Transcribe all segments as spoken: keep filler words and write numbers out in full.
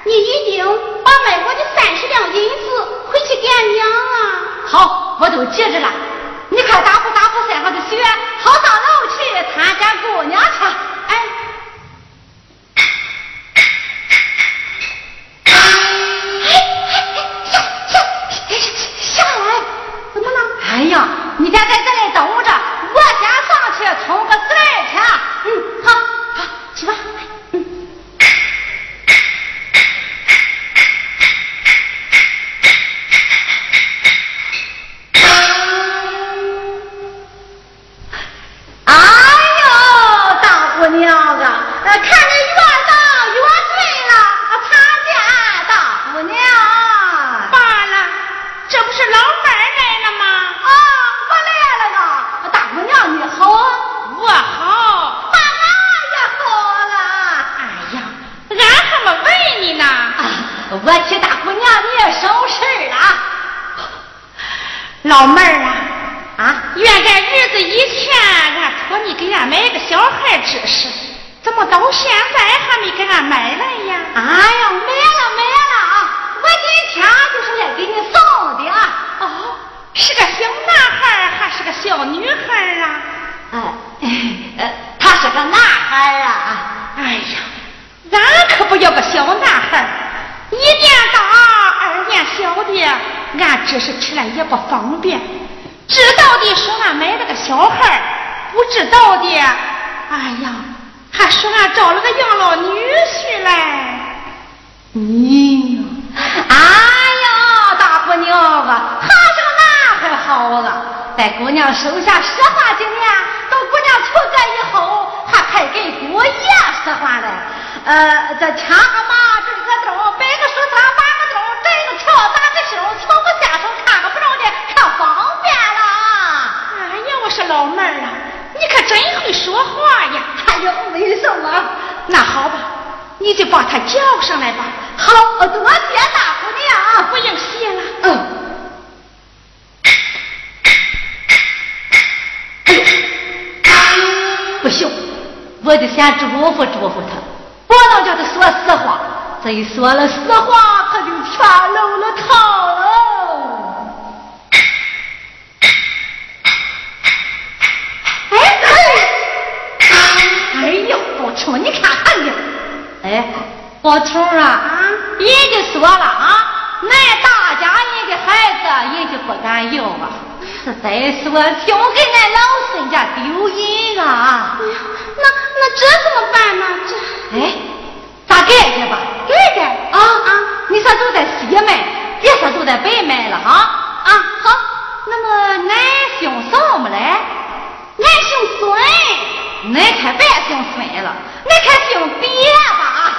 你一定把卖我的三十两银子回去给俺娘啊！ 好，我都记着了。你快打不打不山上的雪，好上楼去参加姑娘去。 哎。 哎呀，你先在这里等着，我先上去冲个水去。 嗯，好，好，去吧。嗯。 哎呦，大姑娘啊，看你越当越对了，参见大姑娘。 罢了，这不是老妹儿来了吗？ 啊，我来了呢。大姑娘你好。 我好。 把俺也好了。 哎呀，俺还没问你呢。 啊，我替大姑娘你也省事了。 老妹儿啊， 啊， 原该日子以前俺托你给俺买个小孩知识，怎么到现在还没给俺买来呀？ 哎呀，买了买了啊！我今天就是来给你送的啊。 哦，是个小男孩还是个小女孩啊？ 哎，呃，他是个男孩啊。 哎呀，俺可不要个小男孩，一年大二年小的，俺只是起来也不方便。知道的说俺买了个小孩，不知道的，哎呀，还说俺找了个养老女婿来。 你呀，哎呀，大姑娘啊，还是个男孩好啊！在姑娘手下使唤几年，等姑娘出阁以后，还派给姑爷使唤嘞。呃，这牵个马，这个灯，摆个书摊，把个钟，这个桥，打个袖，凑个先生，看个不着的，可方便了。 哎呀，我说老妹儿啊，你可真会说话呀！ 哎呦，为什么？ 那好吧，你就把他叫上来吧。 好，多谢大姑娘， 不用谢了。 嗯。不行，我得先嘱咐嘱咐他，不能叫他说实话。这一说了实话，可就全漏了套了。哎哎，哎呦，宝冲，你看看你，哎，宝冲啊，人家说了啊，那大家人的孩子，人家不敢要啊。是再说，听给俺老孙家丢人啊！ 那那这怎么办呢？这哎，咋改去吧？ 改改啊啊！你说都在西门，别说都在北门了哈啊！好，那么俺姓什么嘞？ 俺姓孙。 俺可别姓孙了，俺可姓别吧？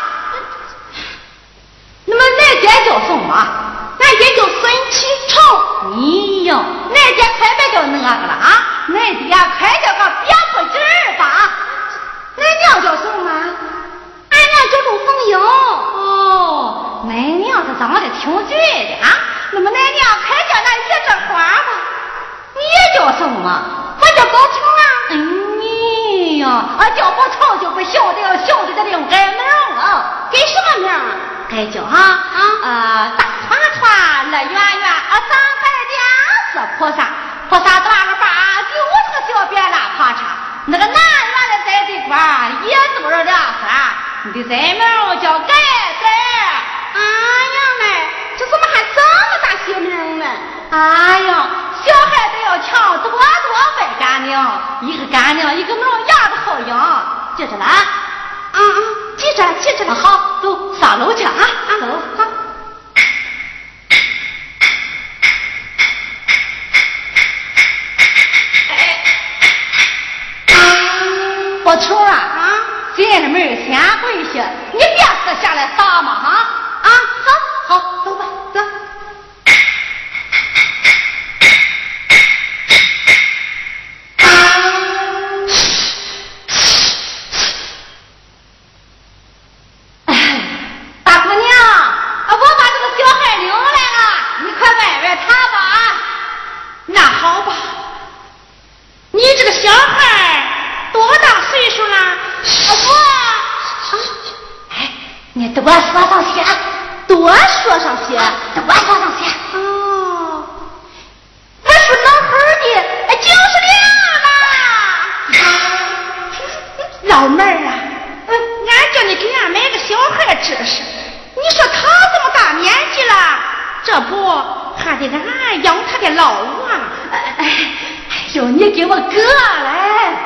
那么俺爹叫什么？ 俺爹叫孙启成。 你呀，俺爹快别叫那个了啊！俺爹快叫个别不劲儿吧！ 俺娘叫什么？俺娘叫陆凤英。 哦，俺娘是长得挺俊的啊。那么俺娘快叫那一枝花吧。你叫什么？ 我叫宝成啊。 哎你呀，啊叫宝成就不行的，要行的得另改名啊。 改什么名？ 该叫哈啊呃大串串乐圆圆啊三百点是菩萨，菩萨断了把就是个小别拉爬叉，那个男园的在这块也都是两三，你的在名叫改改。 哎呀嘞，这怎么还这么大小名呢？ 哎呀，小孩子要强多多倍干净，一个干净一个名牙的好养，记着了啊。 嗯嗯，记着了，记着了。 好，走上楼去啊！啊，走，好。宝球啊啊，进了门先跪下，你别死下来撒嘛哈啊！好，好，走吧，走。 小孩多大岁数了？ 我，哎，你多说上些。 多说上些， 多说上些。 哦，我说老猴的，哎，就是亮了。老妹儿啊，嗯，俺叫你给俺买个小孩知识，你说他这么大年纪了，这不还得俺养他的老啊？ 哎哎呦，你给我哥来！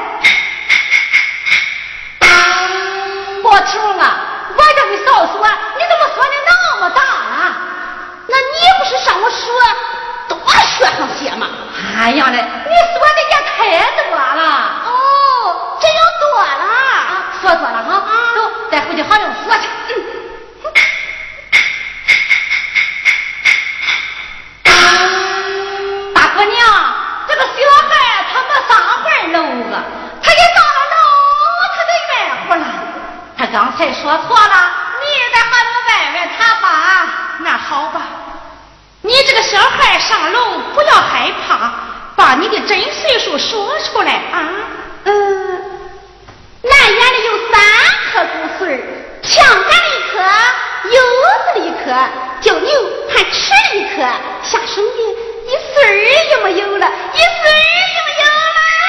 宝冲啊，我叫你嫂说，你怎么说的那么大啊？ 那你不是上我说多说上些吗？ 哎呀嘞，你说的也太多了。 哦，这又多了啊，说多了哈。啊，走，再回去好好说去。嗯。大姑娘，这个小孩他没上班喽个，他也上了楼，他得外户了。他刚才说错了，你在还能问问他吧。 那好吧，你这个小孩上楼不要害怕，把你的真岁数说出来啊。 嗯，南园里有三棵古穗儿，墙杆里一棵，柚子里一棵，就牛还吃了一棵，下生的一穗儿也没有了，一穗儿也没有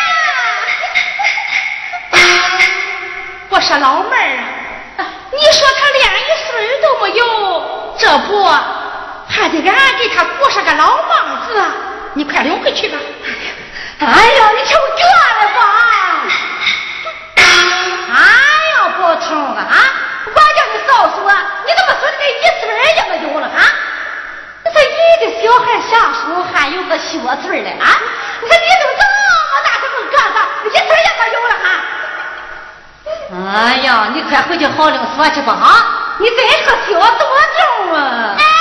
了。 我说老妹儿啊，你说他连一穗儿都没有，这不还得俺给他裹上个老帽子啊？你快领回去吧。 哎呀，你瞅这了吧？哎呀，宝冲啊，我叫你嫂说，你怎么说这一穗儿也没有了啊？你说一个小孩下手还有个小穗儿嘞啊？你说你都这么大这个个子，一穗儿也没有了哈？哎呀，你快回去好领说去吧啊！你真是小多种啊！ 哎，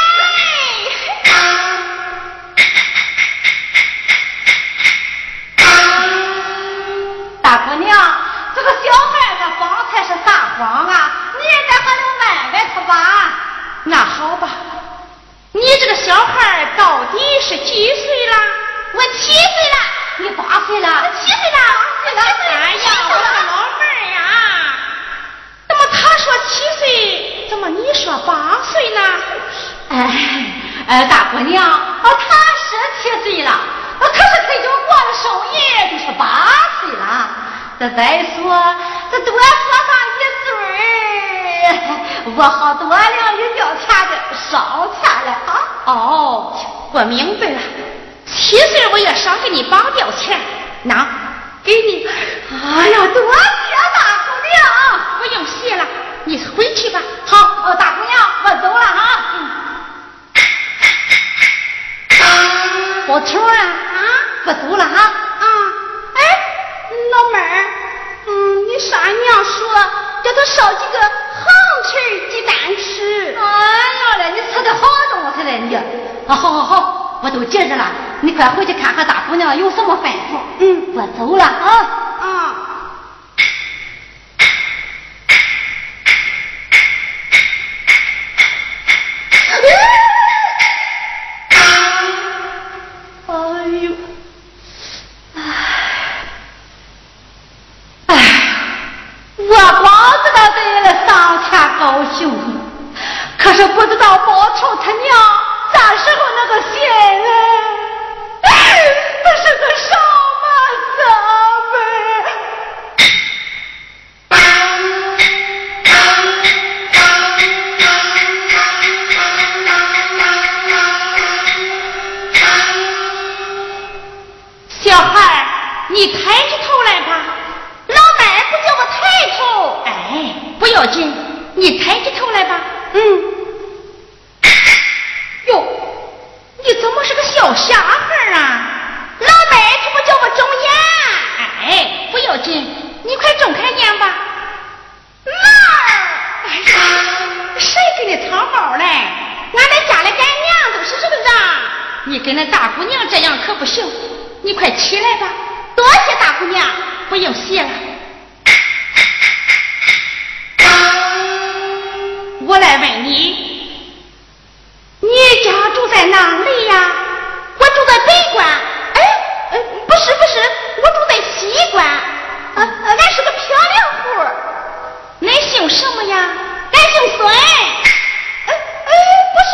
大姑娘，这个小孩子方才是撒谎啊！你也得还能问问他吧？ 那好吧，你这个小孩到底是几岁了？ 我七岁了，你八岁了， 我七岁了， 八岁了。 哎呀，我的老妹儿呀，怎么他说七岁，怎么你说八岁呢？ 哎，呃，大姑娘，哦，他是七岁了，可是他已经过了生日，就是八岁了。这再说，这多说上一岁儿，我好多两鱼掉钱的烧钱了啊！ 哦，我明白了，七岁我也少给你绑掉钱，那给你。 哎呀，多谢大姑娘， 不用谢了，你回去吧。 好，呃，大姑娘，我走了哈。嗯。宝球啊，啊，我走了哈。 啊，哎，老妹儿，嗯，你上俺娘说叫他烧几个杭吃鸡蛋吃。 哎呀嘞，你吃的好东西嘞你！啊，好好好，我都记着了。你快回去看看大姑娘有什么吩咐。 嗯， 我走了啊。 啊。 哎呦，哎，哎，我光知道对了上前高兴，可是不知道宝冲他娘啥时候那个心啊，这是个什么滋味？ 小孩，你抬起头来吧。老妹儿不叫我抬头。哎，不要紧，你抬起头来吧。嗯。哟，你怎么是个小瞎孩啊？老妹儿怎么叫我睁眼？哎，不要紧，你快睁开眼吧。妹儿，哎呀，谁给你藏猫嘞？俺在家里干娘都是这个样，你跟那大姑娘这样可不行。你快起来吧，多谢大姑娘，不用谢了。我来问你，你家住在哪里呀？我住在北关。哎，呃，不是不是，我住在西关。啊，俺是个漂亮户。恁姓什么呀？俺姓孙。哎哎，不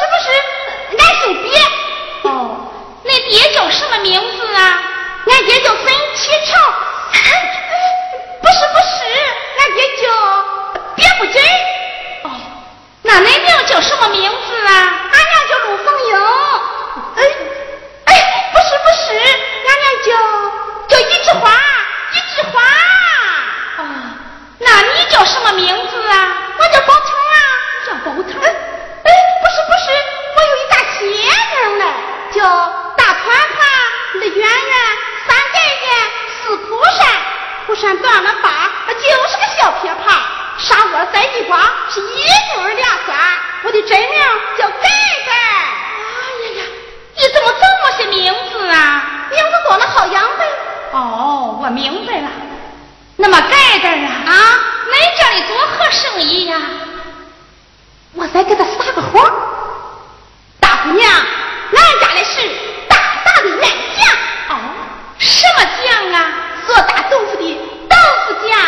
再给他撒个谎。大姑娘，俺家的是大大的卖酱。哦，什么酱啊？做大豆腐的豆腐酱。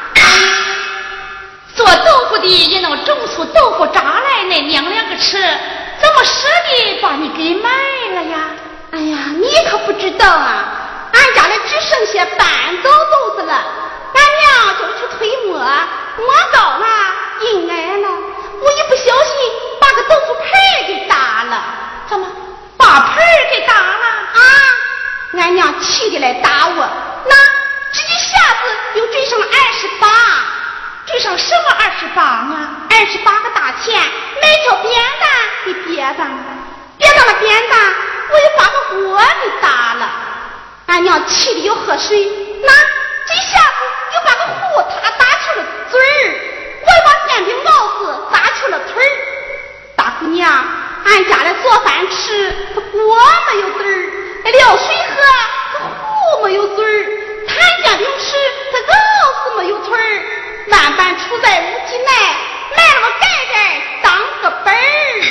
做豆腐的也能种出豆腐渣来，那娘两个吃，怎么舍得把你给卖了呀？哎呀，你可不知道啊，俺家的只剩下半斗豆子了，俺娘就去推磨，磨高了，阴矮了，我一不小心把个豆腐盆给打了。怎么把盆给打了啊？俺娘气的来打我，那这一下子又追上了二十八。追上什么二十八啊？二十八个大钱，每条扁担给别上了，别上了扁担，我又把个锅给打了。俺娘气的又喝水，那这下子又把个壶塔打出了嘴儿，我又把煎饼帽子打出了腿儿。大姑娘，俺家的做饭吃，这锅没有嘴儿，撩水喝，这壶没有嘴儿，摊煎饼吃，这鏊子没有腿儿。万般处在无极内，买了个盖盖当个本儿。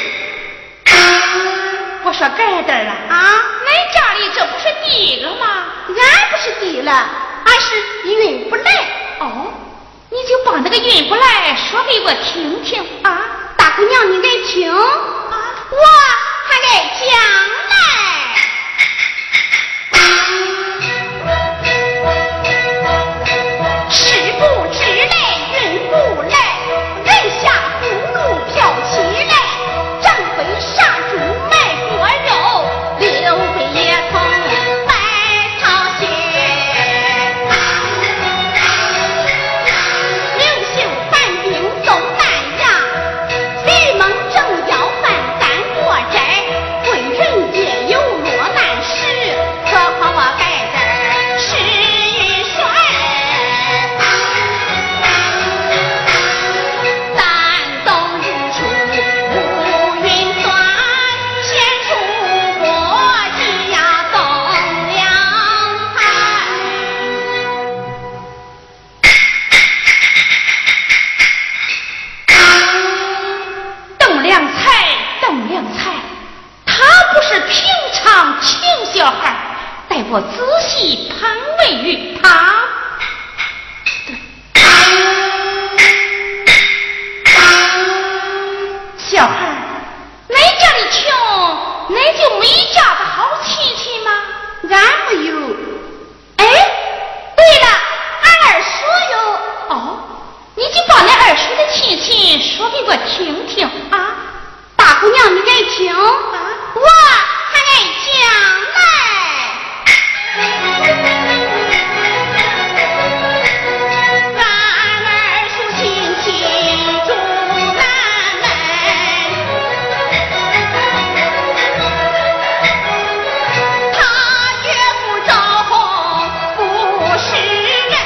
我说盖盖了啊，恁家里这不是地了吗？俺不是地了，俺是运不来。哦，你就把那个运不来说给我听听啊。大姑娘，你爱听啊？我还爱讲来。吃不吃来，运不来，人下葫芦飘起来，张飞杀猪卖锅肉，刘备也从百草鞋，刘秀犯兵走南阳，吕蒙正要犯三国寨，贵人也有落难时，何况我该这儿吃玉帅。我仔细盘问于他，小孩，恁家里穷，恁就没嫁个好亲戚吗？俺没有。哎，对了，俺二叔有。哦，你就把那二叔的亲戚说给我听听啊。大姑娘，你爱听啊？我还爱讲来。俺二叔亲戚住南门，他岳父赵洪不是人，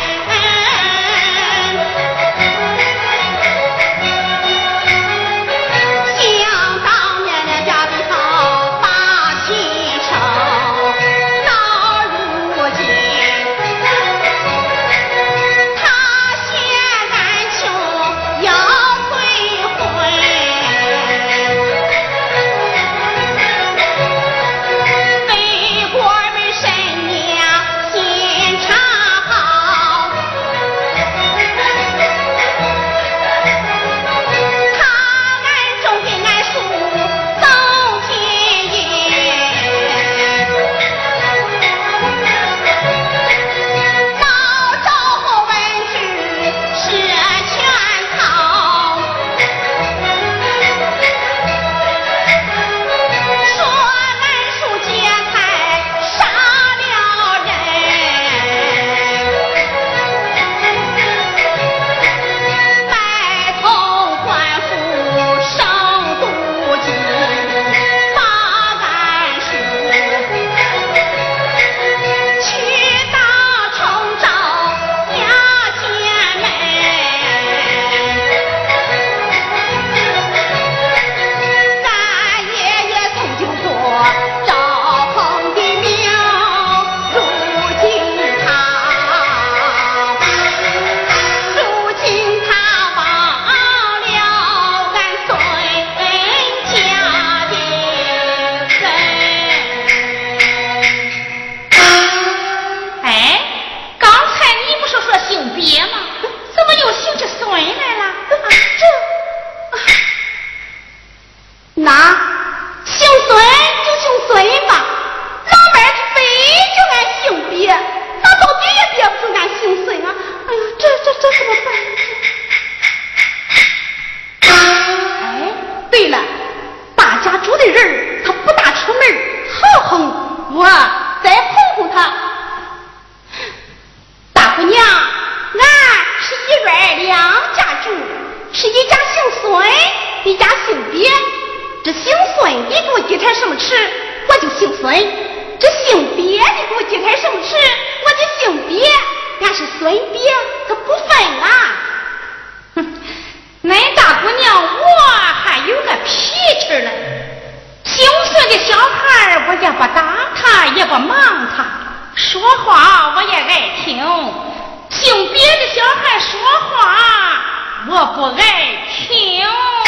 你家姓别，这姓孙你给我接点什么吃，我就姓孙；这姓别你给我接点什么吃，我就姓别。俺是孙别，可不分啦。 哼，恁大姑娘我还有个脾气了，姓孙的小孩我也不打他，也不骂他，说话我也爱听。姓别的小孩说话我不爱听。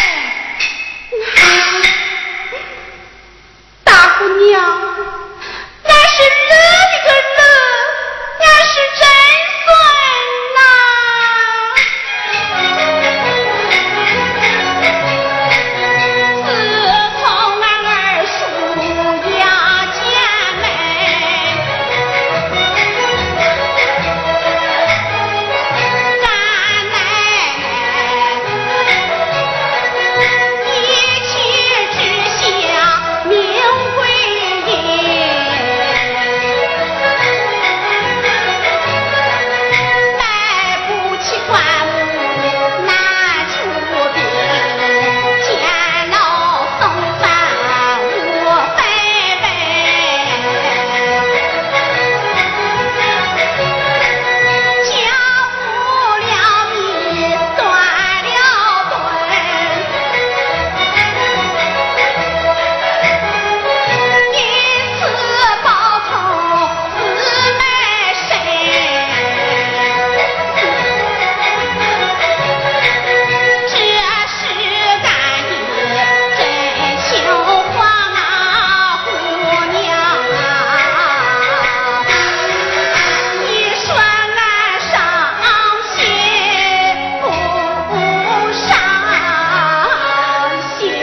大姑娘，俺是乐的个乐，俺是真孙呐。 自从俺二叔家见来，咱奶奶一气之下命归阴，带不起棺木难出殡，见老送饭无分文，家无了米断了顿，因此报仇自卖身。这是干的真心话啊，姑娘啊！你说俺伤心不伤心？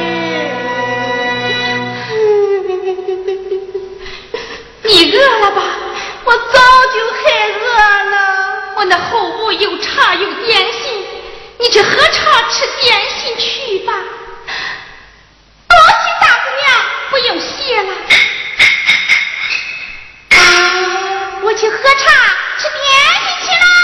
你饿了吧？我早就很饿了。我那后屋有茶有点心，你去喝茶吃点心去吧。多谢大姑娘，不用谢了。我去喝茶吃点心去啦。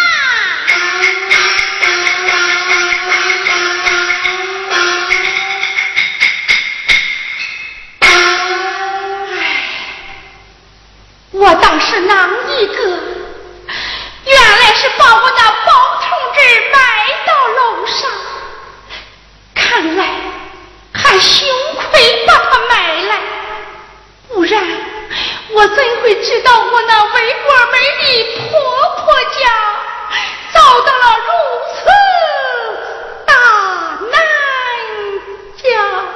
我当是哪一个？原来是把我那包同志卖到楼上，看来还羞愧把他买来，不然我怎会知道我那为国美丽婆婆家遭到了如此大难家？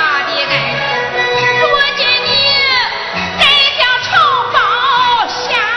下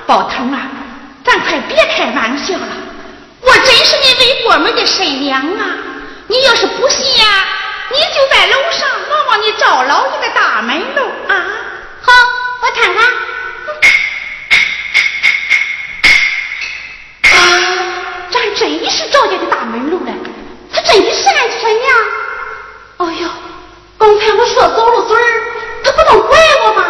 宝腾啊，咱快别开玩笑了，我真是你为过门的神娘啊！你要是不信呀、啊，你就在楼上望望你赵老爷的大门楼啊！ 好，我看看。 咱真是赵家的大门楼了，他真的是俺神娘。 哎呦，刚才我说走了嘴儿，他不能怪我吗？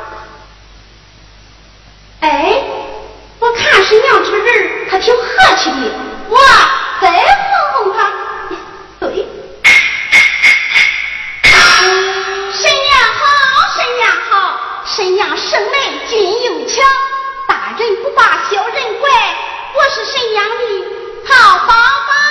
哎，我看神娘这个人他挺和气的，我再哄哄他。对，神娘好，神娘好，神娘生来俊又强，大人不把小人怪，我是神娘的好宝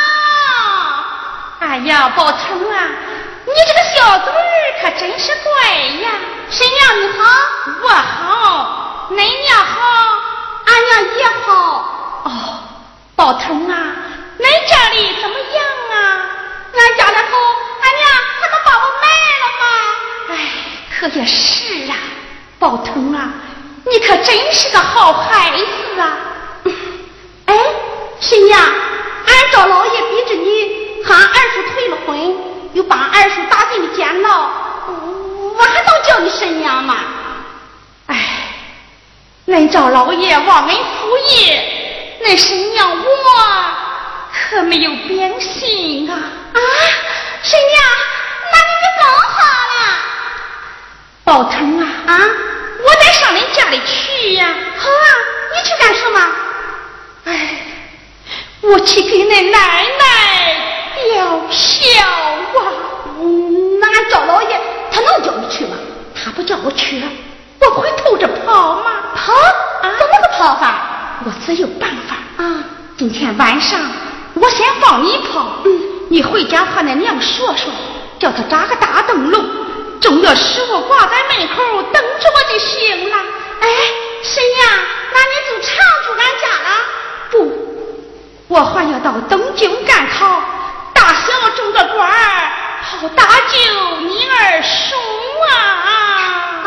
宝。 哎呀，宝成啊，你这个小嘴儿可真是怪呀！ 神娘你好， 我好，恁娘好， 俺娘也好。 哦，宝成啊，恁家里怎么样啊？ 俺家里好，俺娘还能把我卖了吗？ 哎，可也是啊，宝成啊，你可真是个好孩子啊！ 哎，神娘，俺赵老爷逼着你和俺二叔退了婚，又把二叔打进了监牢，我还能叫你神娘吗？ 哎，恁赵老爷忘恩负义，恁神娘我可没有变心啊！ 啊，神娘，那你就更好了。 宝腾啊啊， 我得上恁家里去呀、啊！ 好啊，你去干什么？ 哎，我去给恁奶奶吊孝啊！ 嗯，那俺赵老爷他能叫你去吗？ 他不叫我去，我不会偷着跑吗？ 跑？啊？怎么个跑法？ 我自有办法啊！ 今天晚上我先放你跑，嗯，你回家和恁娘说说，叫他扎个大灯笼，正月十五挂在门口等着我就行了。 哎，神娘，那你就常住俺家了？ 不，我还要到东京赶考，大小中个官儿，好搭救你二叔啊！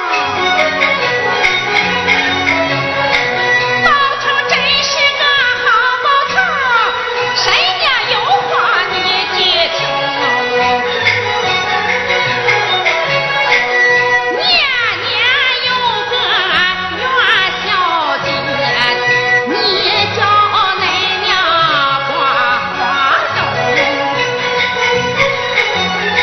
宝成真是个好宝头，神娘有话你接听。年年有个元宵节，你叫恁娘挂花灯。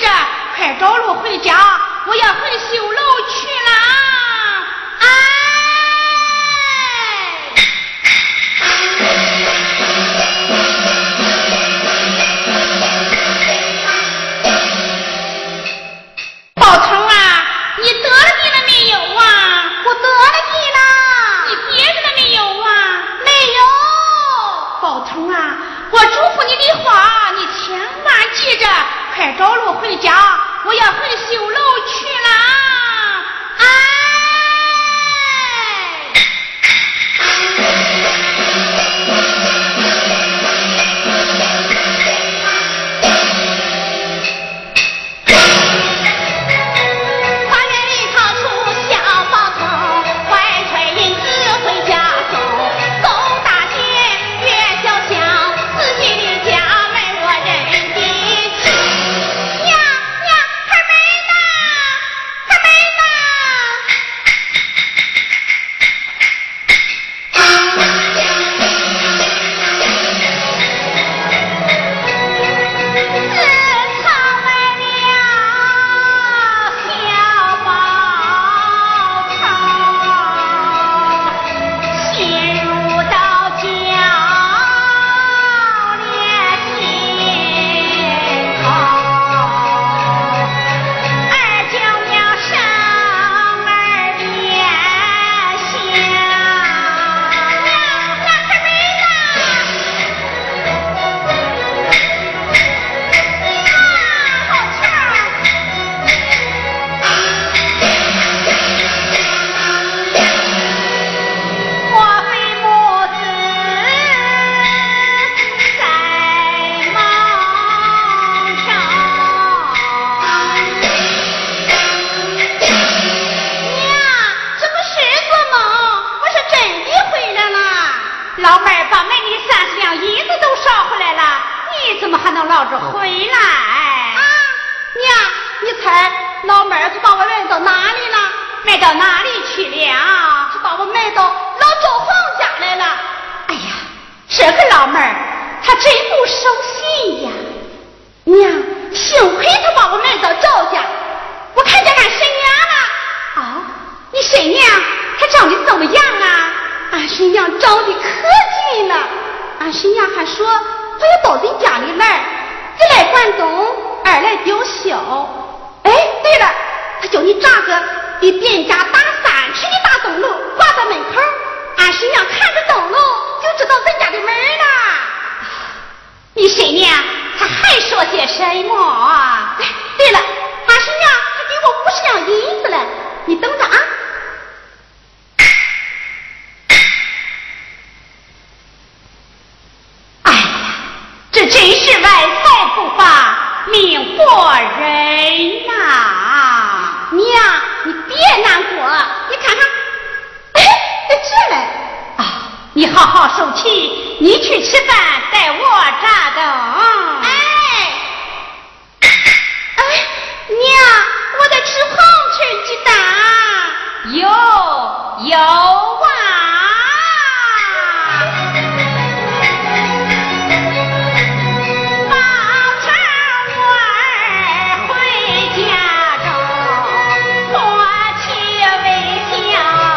快着路回家，我要回绣楼去啦！哎，宝成啊，你得了病了没有啊？ 我得了病了。 你憋着了没有啊？ 没有。 宝成啊，我嘱咐你的话，你千万记着，快着路回家，我要回绣楼去啦！ 哎。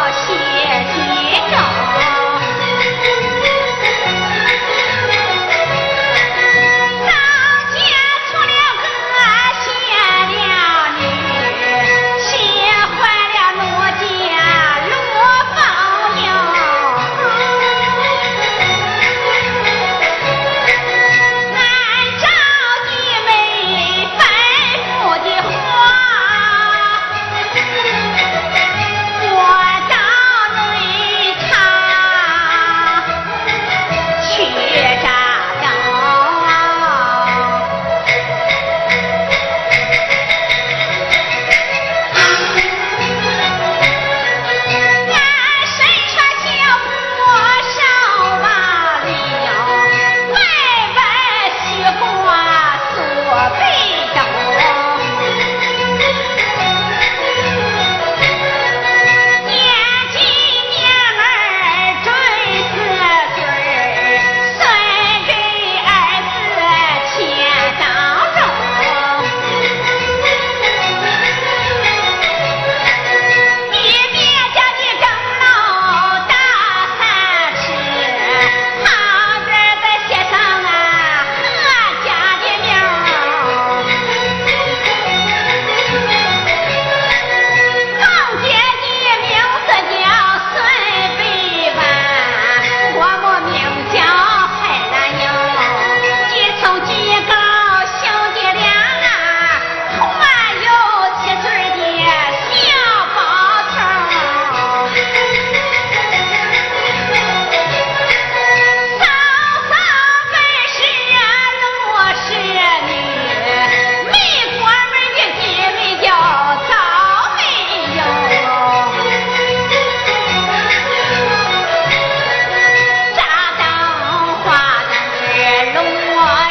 谢谢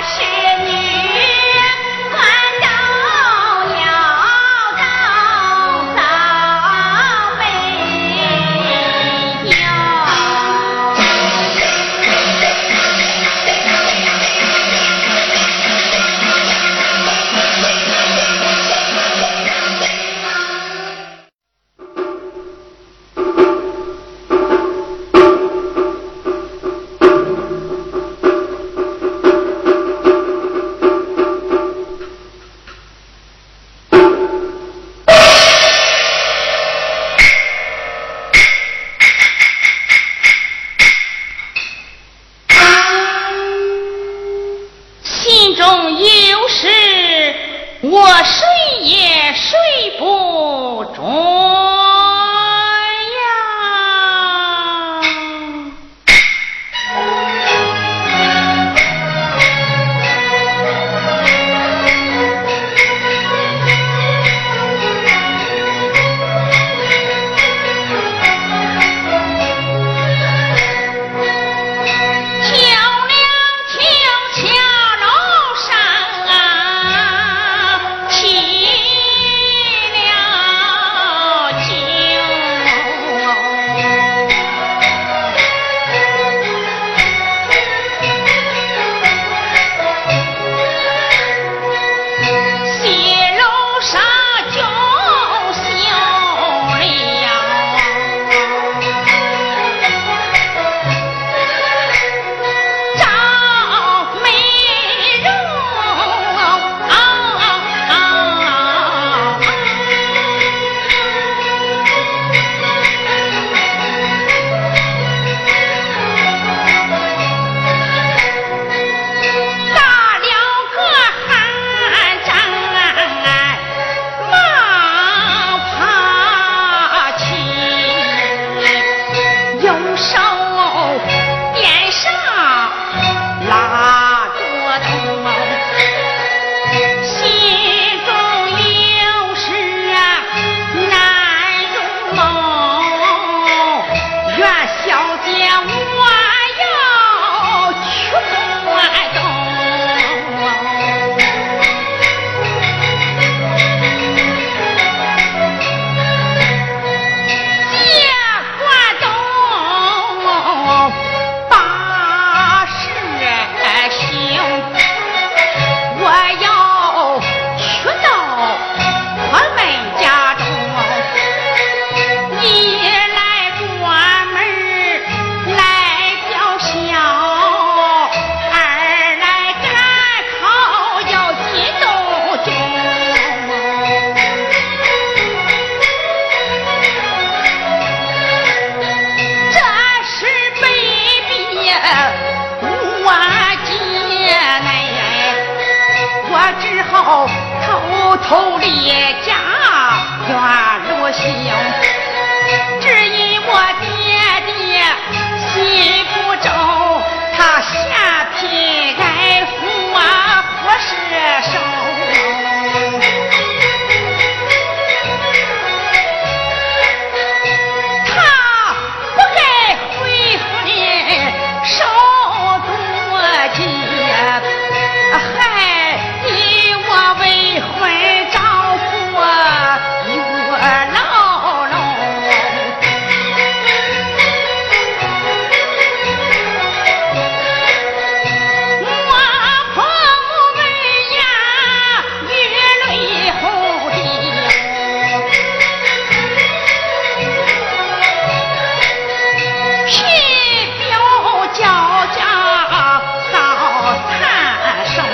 偷偷列家远路行，只因我爹爹心不正，他嫌贫爱富啊不是生。他不该悔恨受多劫，还以我为婚丈夫越牢笼。我婆母闻言雨泪后滴，皮表交加遭惨生。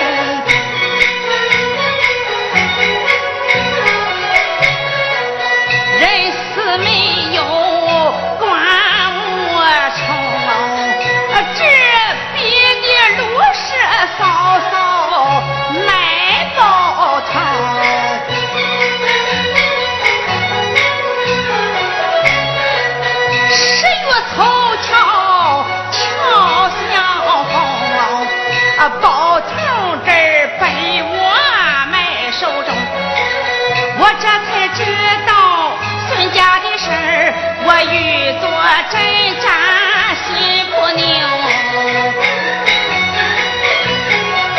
人死没有管我成，只比你路是嫂嫂卖包糖。十月凑巧巧相逢，包糖汁儿被我卖手中，我这才知道孙家的事儿，我欲做针毡心不宁。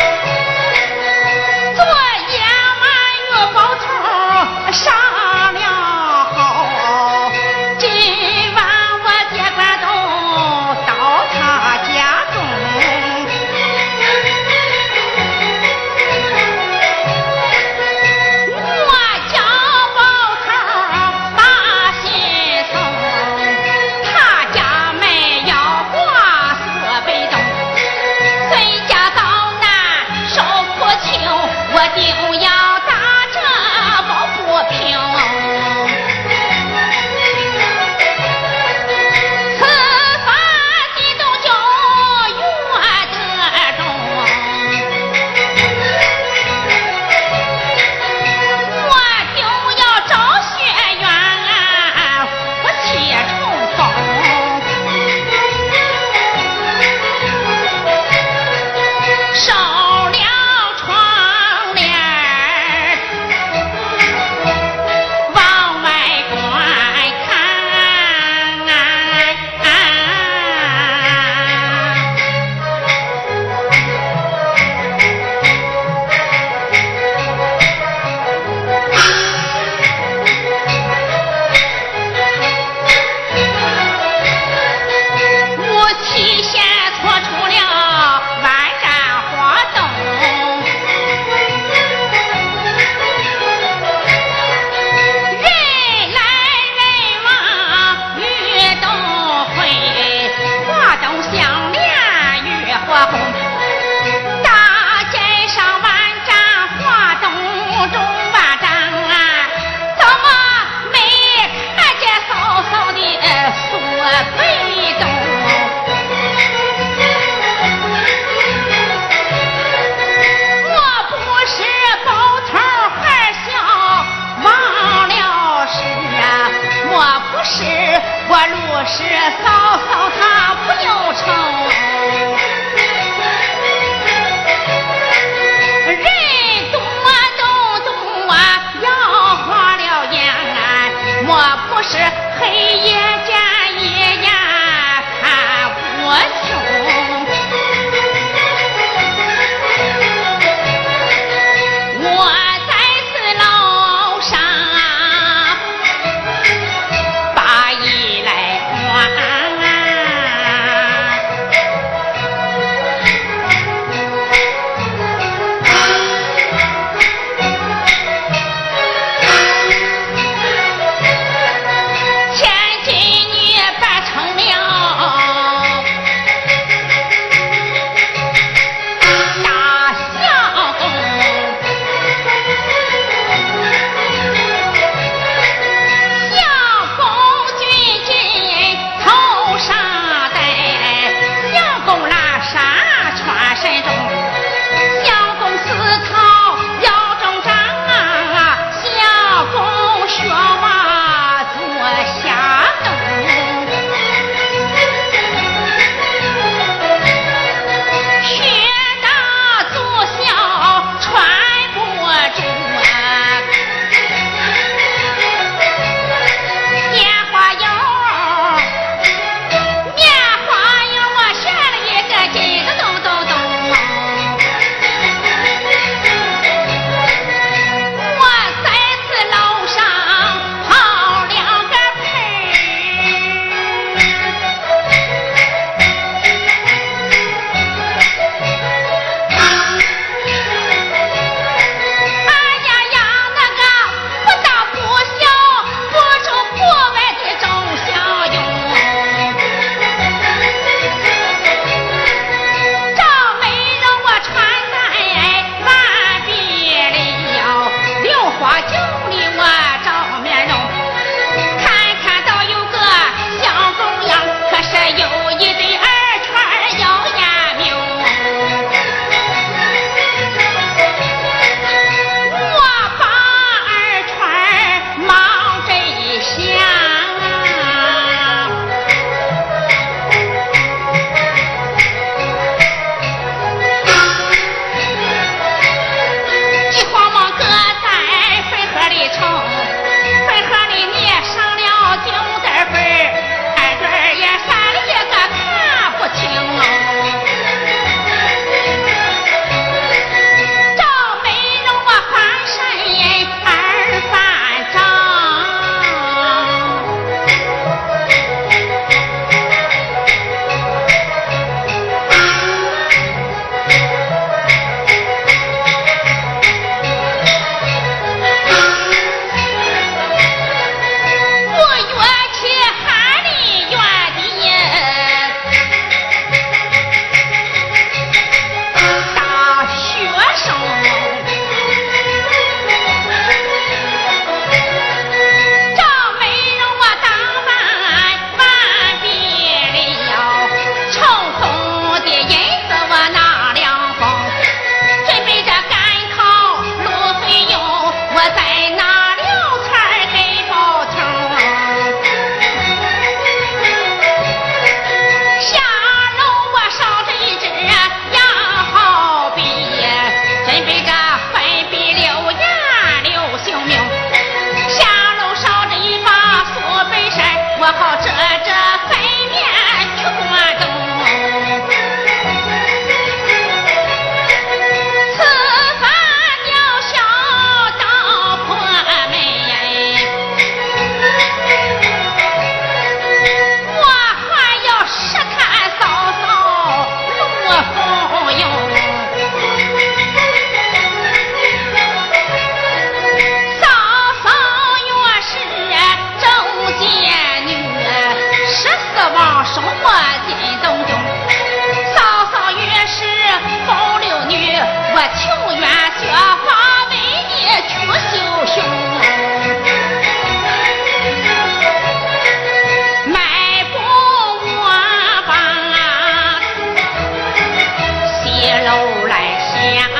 都来想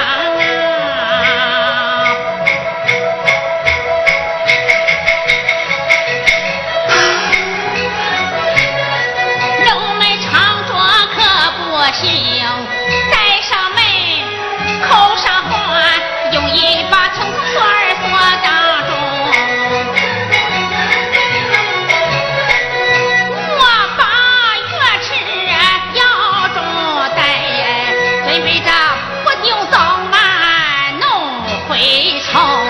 啊，楼门常着可不行，带上门口上环，用一把从锁儿锁当中。我把月吃腰中带，准备着不定早晚弄回城。